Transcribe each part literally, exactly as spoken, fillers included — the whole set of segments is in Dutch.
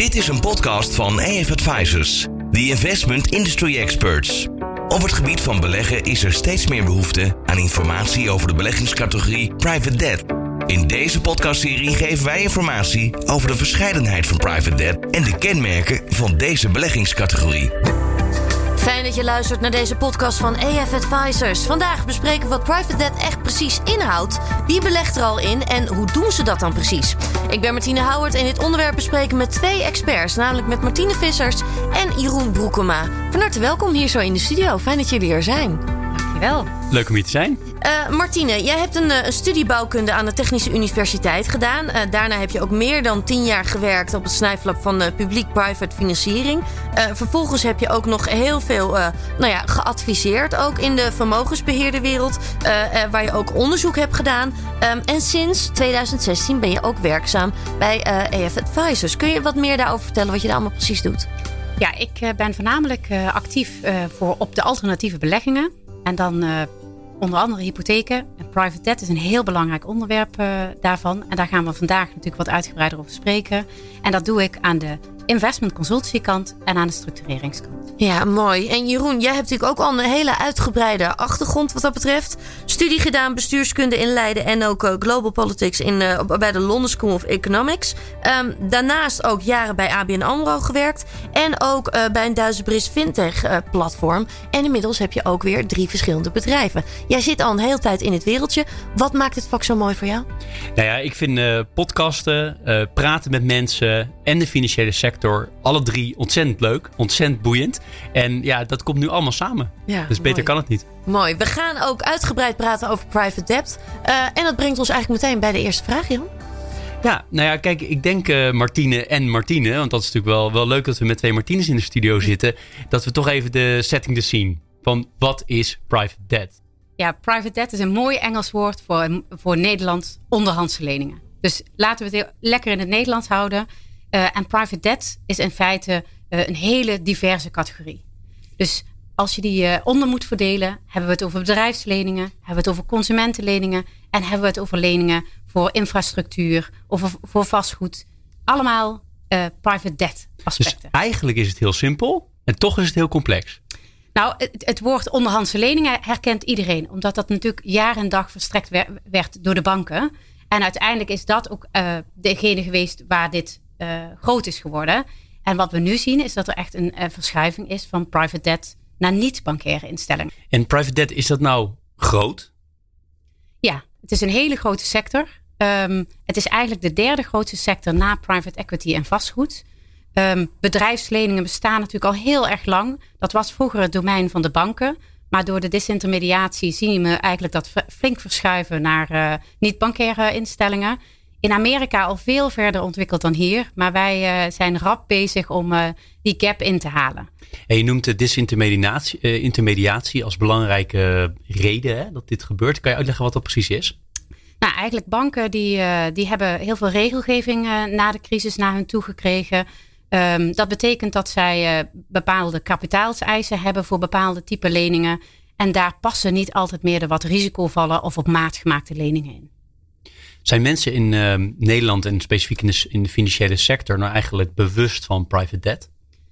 Dit is een podcast van A F Advisors, the investment industry experts. Op het gebied van beleggen is er steeds meer behoefte aan informatie over de beleggingscategorie private debt. In deze podcastserie geven wij informatie over de verscheidenheid van private debt en de kenmerken van deze beleggingscategorie. Fijn dat je luistert naar deze podcast van A F Advisors. Vandaag bespreken we wat private debt echt precies inhoudt. Wie belegt er al in en hoe doen ze dat dan precies? Ik ben Martine Houwert en dit onderwerp bespreken met twee experts. Namelijk met Martine Vissers en Jeroen Broekema. Van harte welkom hier zo in de studio. Fijn dat jullie er zijn. Dankjewel. Leuk om hier te zijn. Uh, Martine, jij hebt een, uh, een studie bouwkunde aan de Technische Universiteit gedaan. Uh, daarna heb je ook meer dan tien jaar gewerkt op het snijvlak van uh, publiek-private financiering. Uh, vervolgens heb je ook nog heel veel uh, nou ja, geadviseerd, ook in de vermogensbeheerderwereld, uh, uh, waar je ook onderzoek hebt gedaan. Um, en sinds twintig zestien ben je ook werkzaam bij uh, A F Advisors. Kun je wat meer daarover vertellen wat je daar allemaal precies doet? Ja, ik uh, ben voornamelijk uh, actief uh, voor op de alternatieve beleggingen. En dan uh, onder andere hypotheken. En private debt is een heel belangrijk onderwerp uh, daarvan. En daar gaan we vandaag natuurlijk wat uitgebreider over spreken. En dat doe ik aan de investment consultancy kant en aan de structureringskant. Ja, mooi. En Jeroen, jij hebt natuurlijk ook al een hele uitgebreide achtergrond wat dat betreft. Studie gedaan, bestuurskunde in Leiden en ook uh, global politics in, uh, bij de London School of Economics. Um, daarnaast ook jaren bij A B N AMRO gewerkt en ook uh, bij een Duitse Bris Fintech uh, platform. En inmiddels heb je ook weer drie verschillende bedrijven. Jij zit al een hele tijd in het wereldje. Wat maakt het vak zo mooi voor jou? Nou ja, ik vind uh, podcasten, uh, praten met mensen en de financiële sector, alle drie ontzettend leuk, ontzettend boeiend. En ja, dat komt nu allemaal samen. Ja, dus beter mooi. Kan het niet. Mooi. We gaan ook uitgebreid praten over private debt. Uh, en dat brengt ons eigenlijk meteen bij de eerste vraag, Jeroen. Ja, nou ja, kijk, ik denk uh, Martine en Martine, want dat is natuurlijk wel, wel leuk dat we met twee Martines in de studio zitten, dat we toch even de setting the scene van wat is private debt? Ja, private debt is een mooi Engels woord voor, voor Nederland onderhandse leningen. Dus laten we het heel lekker in het Nederlands houden. Uh, en private debt is in feite uh, een hele diverse categorie. Dus als je die uh, onder moet verdelen, hebben we het over bedrijfsleningen, hebben we het over consumentenleningen en hebben we het over leningen voor infrastructuur of voor vastgoed. Allemaal uh, private debt aspecten. Dus eigenlijk is het heel simpel en toch is het heel complex. Nou, het, het woord onderhandse leningen herkent iedereen, omdat dat natuurlijk jaar en dag verstrekt werd door de banken. En uiteindelijk is dat ook uh, degene geweest waar dit uh, groot is geworden. En wat we nu zien is dat er echt een uh, verschuiving is van private debt naar niet-bankaire instellingen. En private debt, is dat nou groot? Ja, het is een hele grote sector. Um, het is eigenlijk de derde grootste sector na private equity en vastgoed. Um, bedrijfsleningen bestaan natuurlijk al heel erg lang. Dat was vroeger het domein van de banken. Maar door de disintermediatie zien we eigenlijk dat flink verschuiven naar uh, niet-bankaire instellingen. In Amerika al veel verder ontwikkeld dan hier. Maar wij uh, zijn rap bezig om uh, die gap in te halen. En je noemt de disintermediatie uh, intermediatie als belangrijke reden hè, dat dit gebeurt. Kan je uitleggen wat dat precies is? Nou, eigenlijk banken die, uh, die hebben heel veel regelgeving uh, na de crisis naar hun toe gekregen. Um, dat betekent dat zij uh, bepaalde kapitaalseisen hebben voor bepaalde type leningen. En daar passen niet altijd meer de wat risicovolle of op maat gemaakte leningen in. Zijn mensen in uh, Nederland en specifiek in de, in de financiële sector nou eigenlijk bewust van private debt?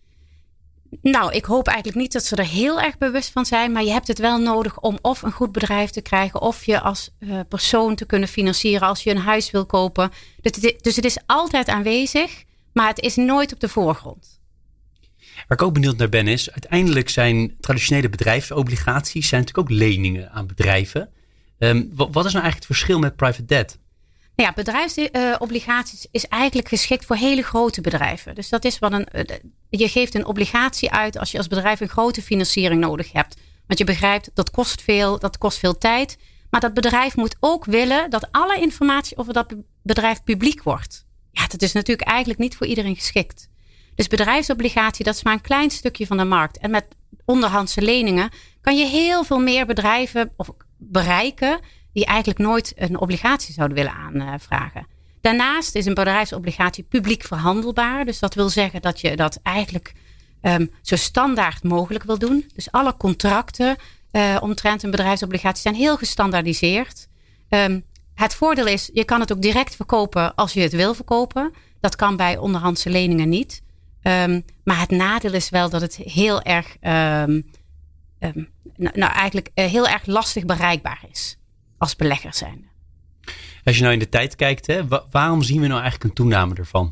Nou, ik hoop eigenlijk niet dat ze er heel erg bewust van zijn. Maar je hebt het wel nodig om of een goed bedrijf te krijgen. Of je als uh, persoon te kunnen financieren als je een huis wil kopen. Dus het, dus het is altijd aanwezig. Maar het is nooit op de voorgrond. Waar ik ook benieuwd naar ben is, uiteindelijk zijn traditionele bedrijfsobligaties zijn natuurlijk ook leningen aan bedrijven. Um, wat, wat is nou eigenlijk het verschil met private debt? Nou ja, bedrijfsobligaties is eigenlijk geschikt voor hele grote bedrijven. Dus dat is wat een, je geeft een obligatie uit als je als bedrijf een grote financiering nodig hebt. Want je begrijpt, dat kost veel, dat kost veel tijd. Maar dat bedrijf moet ook willen dat alle informatie over dat bedrijf publiek wordt. Ja, dat is natuurlijk eigenlijk niet voor iedereen geschikt. Dus bedrijfsobligatie, dat is maar een klein stukje van de markt. En met onderhandse leningen kan je heel veel meer bedrijven of bereiken die eigenlijk nooit een obligatie zouden willen aanvragen. Daarnaast is een bedrijfsobligatie publiek verhandelbaar. Dus dat wil zeggen dat je dat eigenlijk um, zo standaard mogelijk wil doen. Dus alle contracten uh, omtrent een bedrijfsobligatie zijn heel gestandaardiseerd. Um, het voordeel is, je kan het ook direct verkopen als je het wil verkopen. Dat kan bij onderhandse leningen niet. Um, maar het nadeel is wel dat het heel erg, um, um, nou, nou eigenlijk uh, heel erg lastig bereikbaar is als belegger zijnde. Als je nou in de tijd kijkt, hè, wa- waarom zien we nou eigenlijk een toename ervan?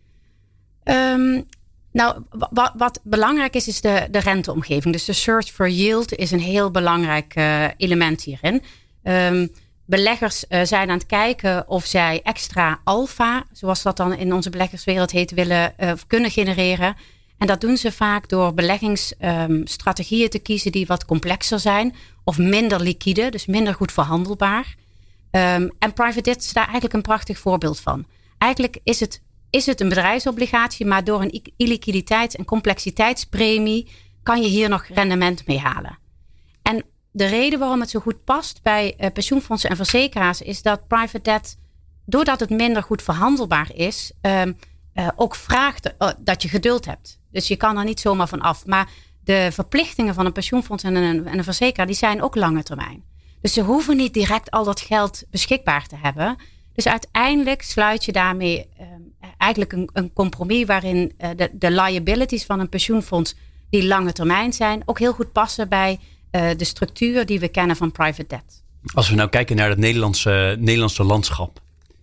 Um, nou, w- wat belangrijk is, is de, de renteomgeving. Dus de search for yield is een heel belangrijk uh, element hierin. Um, beleggers uh, zijn aan het kijken of zij extra alfa, zoals dat dan in onze beleggerswereld heet, willen uh, kunnen genereren. En dat doen ze vaak door beleggingsstrategieën um, te kiezen die wat complexer zijn of minder liquide, dus minder goed verhandelbaar. Um, en private debt is daar eigenlijk een prachtig voorbeeld van. Eigenlijk is het, is het een bedrijfsobligatie, maar door een illiquiditeits- en complexiteitspremie kan je hier nog rendement mee halen. En de reden waarom het zo goed past bij uh, pensioenfondsen en verzekeraars is dat private debt, doordat het minder goed verhandelbaar is, um, uh, ook vraagt uh, dat je geduld hebt. Dus je kan er niet zomaar van af. Maar de verplichtingen van een pensioenfonds en een, en een verzekeraar, die zijn ook lange termijn. Dus ze hoeven niet direct al dat geld beschikbaar te hebben. Dus uiteindelijk sluit je daarmee uh, eigenlijk een, een compromis waarin uh, de, de liabilities van een pensioenfonds die lange termijn zijn ook heel goed passen bij uh, de structuur die we kennen van private debt. Als we nou kijken naar het Nederlandse, Nederlandse landschap.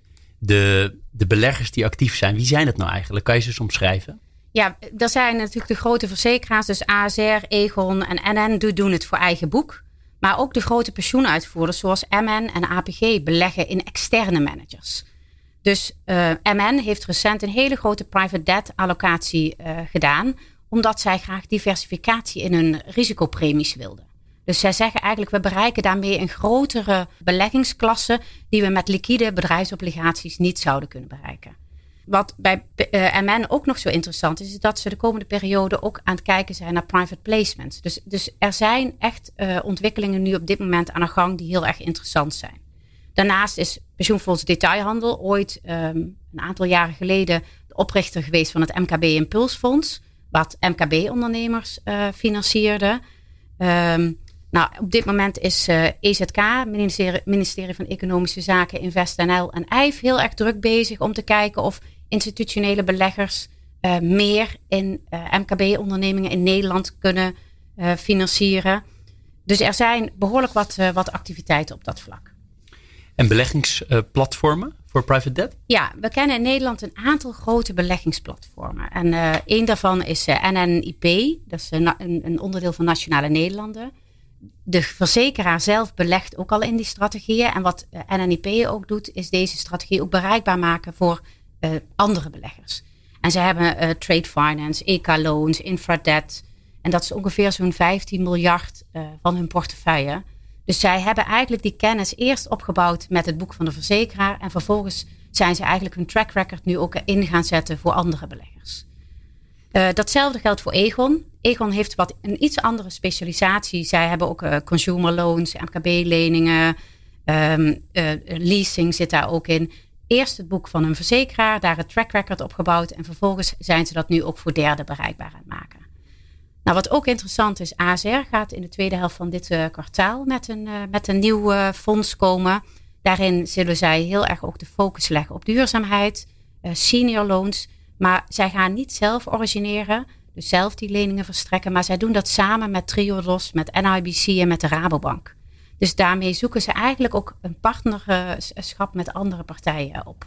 De, de beleggers die actief zijn, wie zijn het nou eigenlijk? Kan je ze eens omschrijven? Ja, er zijn natuurlijk de grote verzekeraars, dus A S R, Aegon en N N doen het voor eigen boek. Maar ook de grote pensioenuitvoerders zoals M N en A P G beleggen in externe managers. Dus uh, M N heeft recent een hele grote private debt allocatie uh, gedaan, omdat zij graag diversificatie in hun risicopremies wilden. Dus zij zeggen eigenlijk, we bereiken daarmee een grotere beleggingsklasse die we met liquide bedrijfsobligaties niet zouden kunnen bereiken. Wat bij uh, M N ook nog zo interessant is, is dat ze de komende periode ook aan het kijken zijn naar private placements. Dus, dus er zijn echt uh, ontwikkelingen nu op dit moment aan de gang die heel erg interessant zijn. Daarnaast is pensioenfonds Detailhandel ooit um, een aantal jaren geleden de oprichter geweest van het M K B Impulsfonds, wat M K B-ondernemers uh, financierde. Um, nou, op dit moment is uh, E Z K, ministerie, ministerie van Economische Zaken, InvestNL en E I F heel erg druk bezig om te kijken of institutionele beleggers uh, meer in uh, M K B-ondernemingen in Nederland kunnen uh, financieren. Dus er zijn behoorlijk wat, uh, wat activiteiten op dat vlak. En beleggingsplatformen uh, voor private debt? Ja, we kennen in Nederland een aantal grote beleggingsplatformen. En uh, één daarvan is uh, N N I P, dat is uh, een, een onderdeel van Nationale Nederlanden. De verzekeraar zelf belegt ook al in die strategieën. En wat uh, N N I P ook doet, is deze strategie ook bereikbaar maken voor uh, andere beleggers. En ze hebben uh, trade finance, E K loans, infradebt. En dat is ongeveer zo'n vijftien miljard uh, van hun portefeuille. Dus zij hebben eigenlijk die kennis eerst opgebouwd met het boek van de verzekeraar. En vervolgens zijn ze eigenlijk hun track record nu ook in gaan zetten voor andere beleggers. Uh, datzelfde geldt voor Aegon. Aegon heeft wat een iets andere specialisatie. Zij hebben ook uh, consumer loans, M K B-leningen, um, uh, leasing zit daar ook in. Eerst het boek van een verzekeraar, daar het track record opgebouwd. En vervolgens zijn ze dat nu ook voor derden bereikbaar aan het maken. Nou, wat ook interessant is, A S R gaat in de tweede helft van dit uh, kwartaal met een, uh, met een nieuw uh, fonds komen. Daarin zullen zij heel erg ook de focus leggen op duurzaamheid, uh, senior loans. Maar zij gaan niet zelf origineren, dus zelf die leningen verstrekken. Maar zij doen dat samen met Triodos, met N I B C en met de Rabobank. Dus daarmee zoeken ze eigenlijk ook een partnerschap met andere partijen op.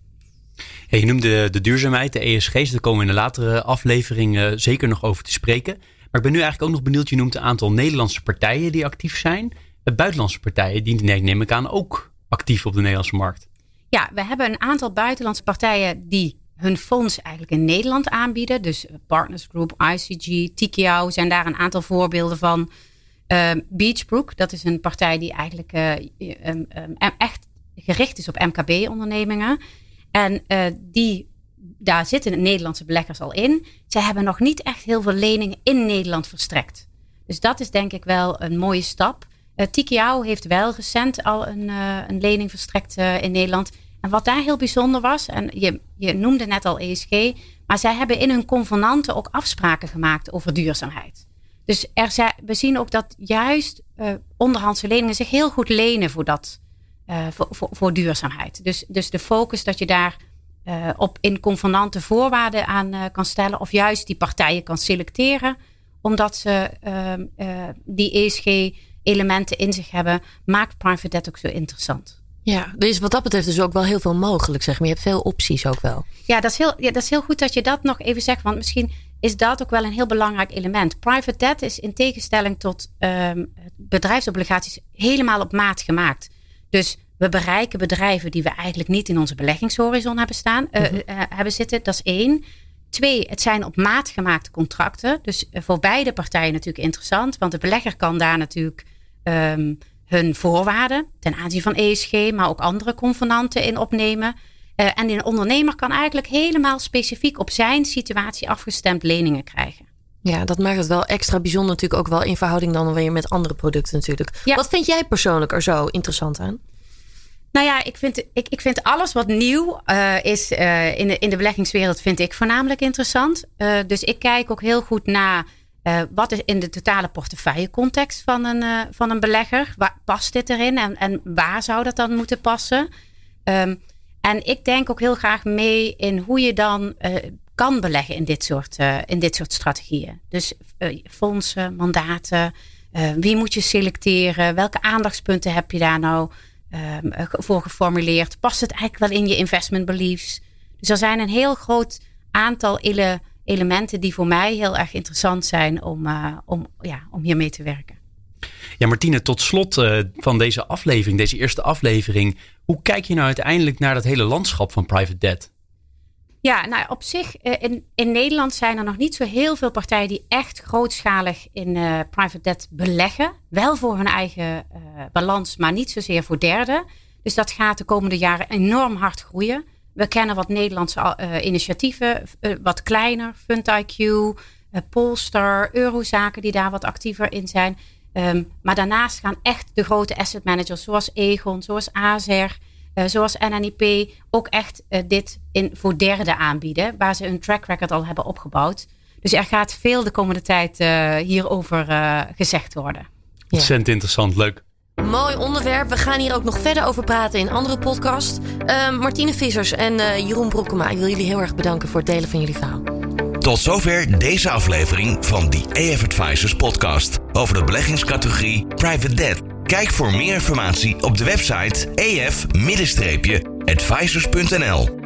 Ja, je noemde de duurzaamheid, de E S G's. Daar komen we in de latere aflevering uh, zeker nog over te spreken. Maar ik ben nu eigenlijk ook nog benieuwd. Je noemt een aantal Nederlandse partijen die actief zijn. Uh, buitenlandse partijen, die neem ik aan ook actief op de Nederlandse markt. Ja, we hebben een aantal buitenlandse partijen die hun fonds eigenlijk in Nederland aanbieden. Dus Partners Group, I C G, Tikehau zijn daar een aantal voorbeelden van. Uh, Beachbrook, dat is een partij die eigenlijk uh, um, um, echt gericht is op M K B-ondernemingen. En uh, die, daar zitten Nederlandse beleggers al in. Zij hebben nog niet echt heel veel leningen in Nederland verstrekt. Dus dat is denk ik wel een mooie stap. Uh, Tikehau heeft wel recent al een, uh, een lening verstrekt uh, in Nederland. En wat daar heel bijzonder was, en je, je noemde net al E S G, maar zij hebben in hun convenanten ook afspraken gemaakt over duurzaamheid. Dus er zijn, we zien ook dat juist uh, onderhandse leningen zich heel goed lenen voor dat, uh, voor, voor, voor duurzaamheid. Dus, dus de focus dat je daar uh, op in convenante voorwaarden aan uh, kan stellen. Of juist die partijen kan selecteren. Omdat ze uh, uh, die E S G-elementen in zich hebben. Maakt private debt ook zo interessant. Ja, er is wat dat betreft dus ook wel heel veel mogelijk, zeg maar. Je hebt veel opties ook wel. Ja, dat is heel, ja, dat is heel goed dat je dat nog even zegt. Want misschien is dat ook wel een heel belangrijk element. Private debt is in tegenstelling tot um, bedrijfsobligaties helemaal op maat gemaakt. Dus we bereiken bedrijven die we eigenlijk niet in onze beleggingshorizon hebben staan, uh, uh, hebben zitten. Dat is één. Twee, het zijn op maat gemaakte contracten. Dus uh, voor beide partijen natuurlijk interessant. Want de belegger kan daar natuurlijk um, hun voorwaarden ten aanzien van E S G, maar ook andere convenanten in opnemen. Uh, en de ondernemer kan eigenlijk helemaal specifiek op zijn situatie afgestemd leningen krijgen. Ja, dat maakt het wel extra bijzonder natuurlijk ook wel in verhouding dan weer met andere producten natuurlijk. Ja. Wat vind jij persoonlijk er zo interessant aan? Nou ja, ik vind, ik, ik vind alles wat nieuw uh, is uh, in, de, in de beleggingswereld vind ik voornamelijk interessant. Uh, dus ik kijk ook heel goed naar uh, wat is in de totale portefeuillecontext van een, uh, van een belegger. Waar past dit erin en, en waar zou dat dan moeten passen? Um, en ik denk ook heel graag mee in hoe je dan uh, kan beleggen in dit soort, uh, in dit soort strategieën. Dus uh, fondsen, mandaten, uh, wie moet je selecteren? Welke aandachtspunten heb je daar nou um, voor geformuleerd? Past het eigenlijk wel in je investment beliefs? Dus er zijn een heel groot aantal ele- elementen die voor mij heel erg interessant zijn om, uh, om, ja, om hiermee te werken. Ja, Martine, tot slot uh, van deze aflevering, deze eerste aflevering. Hoe kijk je nou uiteindelijk naar dat hele landschap van private debt? Ja, nou op zich, in, in Nederland zijn er nog niet zo heel veel partijen die echt grootschalig in uh, private debt beleggen. Wel voor hun eigen uh, balans, maar niet zozeer voor derden. Dus dat gaat de komende jaren enorm hard groeien. We kennen wat Nederlandse uh, initiatieven, uh, wat kleiner, FundIQ, uh, Polestar, Eurozaken die daar wat actiever in zijn. Um, maar daarnaast gaan echt de grote asset managers zoals Aegon, zoals A Z R, uh, zoals N N I P ook echt uh, dit in, voor derden aanbieden. Waar ze een track record al hebben opgebouwd. Dus er gaat veel de komende tijd uh, hierover uh, gezegd worden. Ja. Ontzettend interessant, leuk. Mooi onderwerp. We gaan hier ook nog verder over praten in andere podcasts. Uh, Martine Vissers en uh, Jeroen Broekema, ik wil jullie heel erg bedanken voor het delen van jullie verhaal. Tot zover deze aflevering van de E F Advisors podcast over de beleggingscategorie Private Debt. Kijk voor meer informatie op de website e f advisors punt n l.